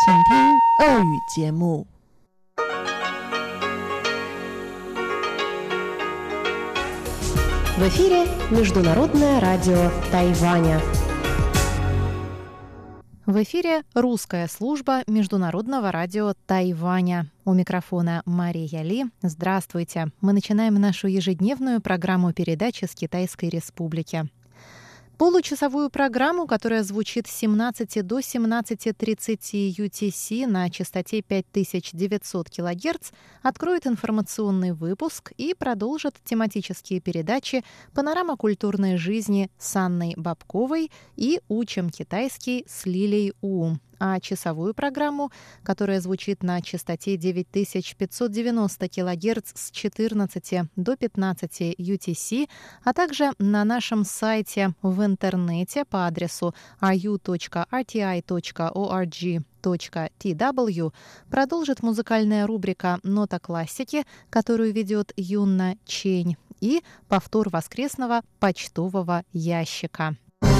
请听俄语节目。 В эфире Международное радио Тайваня. В эфире русская служба Международного радио Тайваня. У микрофона Мария Ли. Здравствуйте. Мы начинаем нашу ежедневную программу передач из Китайской Республики. Получасовую программу, которая звучит с 17 до 17:30 UTC на частоте 5900 кГц, откроет информационный выпуск и продолжит тематические передачи «Панорама культурной жизни» с Анной Бабковой и «Учим китайский» с Лилей У. А часовую программу, которая звучит на частоте 9590 кГц с 14 до 15 UTC, а также на нашем сайте в интернете по адресу ru.rti.org.tw, продолжит музыкальная рубрика «Нота классики», которую ведет Юнна Чень, и повтор воскресного почтового ящика.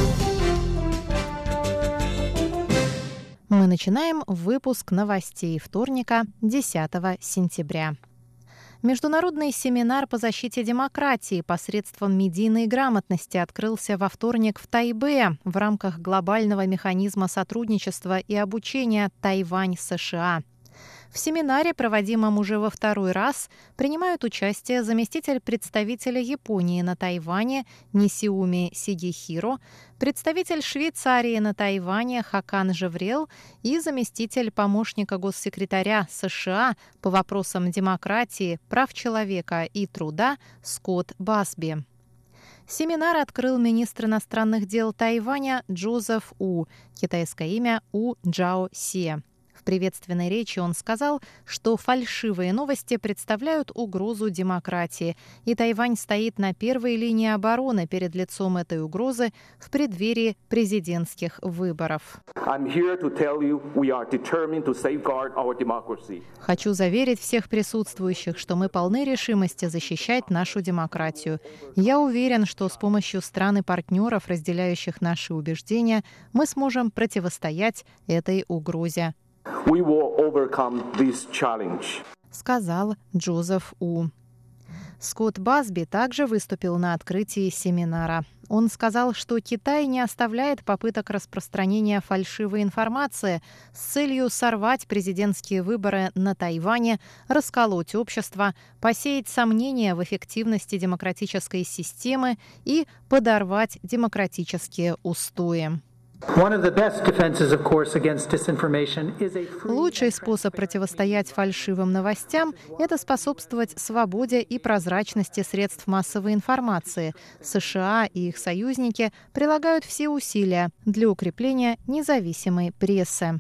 Мы начинаем выпуск новостей вторника, 10 сентября. Международный семинар по защите демократии посредством медийной грамотности открылся во вторник в Тайбэе в рамках глобального механизма сотрудничества и обучения Тайвань-США. В семинаре, проводимом уже во второй раз, принимают участие заместитель представителя Японии на Тайване Нисиуми Сигихиро, представитель Швейцарии на Тайване Хакан Жеврел и заместитель помощника госсекретаря США по вопросам демократии, прав человека и труда Скотт Басби. Семинар открыл министр иностранных дел Тайваня Джозеф У, китайское имя У Джао Се. В приветственной речи он сказал, что фальшивые новости представляют угрозу демократии, и Тайвань стоит на первой линии обороны перед лицом этой угрозы в преддверии президентских выборов. Хочу заверить всех присутствующих, что мы полны решимости защищать нашу демократию. Я уверен, что с помощью стран и партнеров, разделяющих наши убеждения, мы сможем противостоять этой угрозе. We will overcome this challenge. Сказал Джозеф У. Скотт Басби также выступил на открытии семинара. Он сказал, что Китай не оставляет попыток распространения фальшивой информации с целью сорвать президентские выборы на Тайване, расколоть общество, посеять сомнения в эффективности демократической системы и подорвать демократические устои. Лучший способ противостоять фальшивым новостям – это способствовать свободе и прозрачности средств массовой информации. США и их союзники прилагают все усилия для укрепления независимой прессы.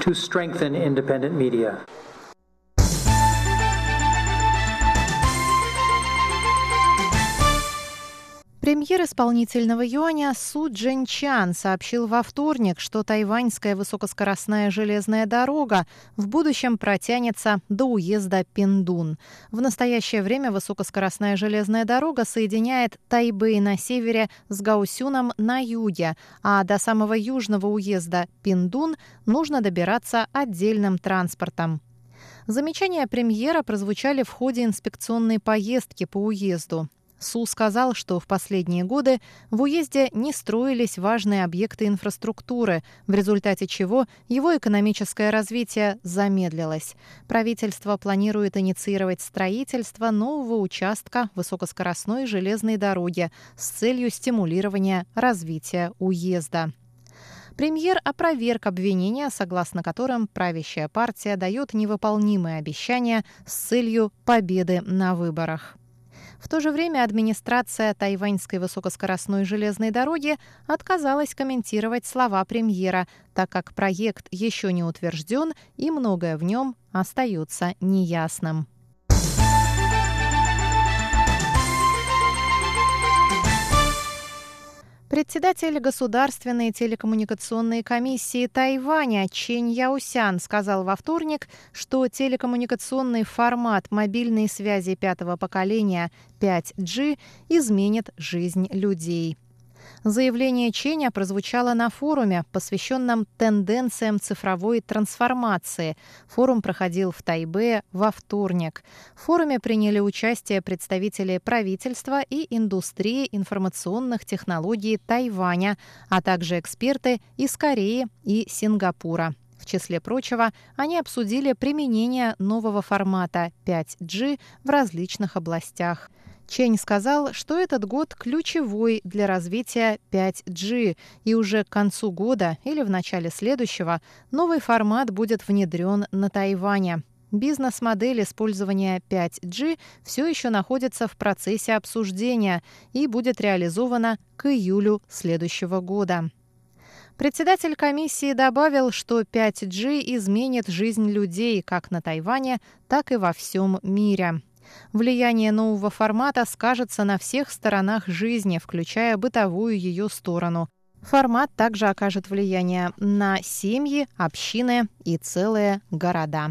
Премьер исполнительного юаня Су Чжэньчан сообщил во вторник, что тайваньская высокоскоростная железная дорога в будущем протянется до уезда Пиндун. В настоящее время высокоскоростная железная дорога соединяет Тайбэй на севере с Гаосюном на юге, а до самого южного уезда Пиндун нужно добираться отдельным транспортом. Замечания премьера прозвучали в ходе инспекционной поездки по уезду. Су сказал, что в последние годы в уезде не строились важные объекты инфраструктуры, в результате чего его экономическое развитие замедлилось. Правительство планирует инициировать строительство нового участка высокоскоростной железной дороги с целью стимулирования развития уезда. Премьер опроверг обвинения, согласно которым правящая партия дает невыполнимые обещания с целью победы на выборах. В то же время администрация тайваньской высокоскоростной железной дороги отказалась комментировать слова премьера, так как проект еще не утвержден и многое в нем остается неясным. Председатель Государственной телекоммуникационной комиссии Тайваня Чэнь Яосян сказал во вторник, что телекоммуникационный формат мобильной связи пятого поколения 5G изменит жизнь людей. Заявление Ченя прозвучало на форуме, посвященном тенденциям цифровой трансформации. Форум проходил в Тайбэе во вторник. В форуме приняли участие представители правительства и индустрии информационных технологий Тайваня, а также эксперты из Кореи и Сингапура. В числе прочего, они обсудили применение нового формата 5G в различных областях. Чень сказал, что этот год ключевой для развития 5G, и уже к концу года или в начале следующего новый формат будет внедрен на Тайване. Бизнес-модель использования 5G все еще находится в процессе обсуждения и будет реализована к июлю следующего года. Председатель комиссии добавил, что 5G изменит жизнь людей как на Тайване, так и во всем мире. Влияние нового формата скажется на всех сторонах жизни, включая бытовую ее сторону. Формат также окажет влияние на семьи, общины и целые города.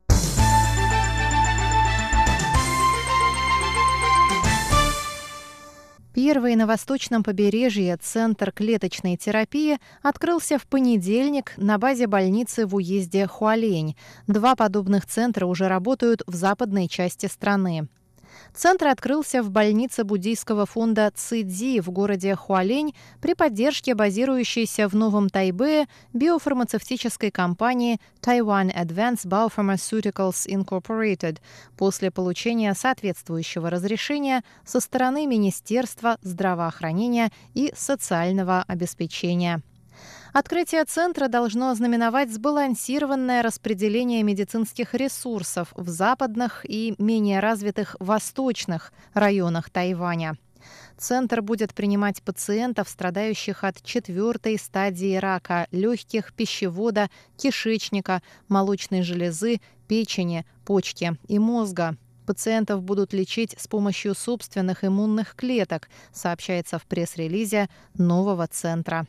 Первый на восточном побережье центр клеточной терапии открылся в понедельник на базе больницы в уезде Хуалень. 2 подобных центра уже работают в западной части страны. Центр открылся в больнице буддийского фонда Цзи в городе Хуалень при поддержке базирующейся в Новом Тайбэе биофармацевтической компании Taiwan Advanced Biopharmaceuticals Incorporated после получения соответствующего разрешения со стороны Министерства здравоохранения и социального обеспечения. Открытие центра должно ознаменовать сбалансированное распределение медицинских ресурсов в западных и менее развитых восточных районах Тайваня. Центр будет принимать пациентов, страдающих от 4-й стадии рака легких, пищевода, кишечника, молочной железы, печени, почки и мозга. Пациентов будут лечить с помощью собственных иммунных клеток, сообщается в пресс-релизе нового центра.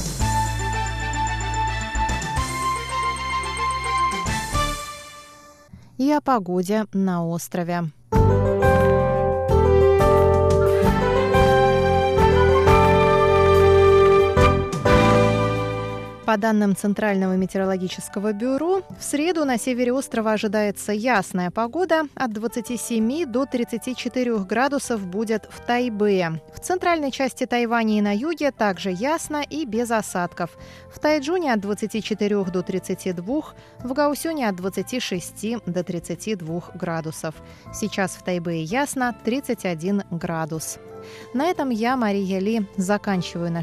И о погоде на острове. По данным Центрального метеорологического бюро, в среду на севере острова ожидается ясная погода. От 27 до 34 градусов будет в Тайбэе. В центральной части Тайваня и на юге также ясно и без осадков. В Тайчжуне от 24 до 32, в Гаосюне от 26 до 32 градусов. Сейчас в Тайбэе ясно 31 градус. На этом я, Мария Ли, заканчиваю наш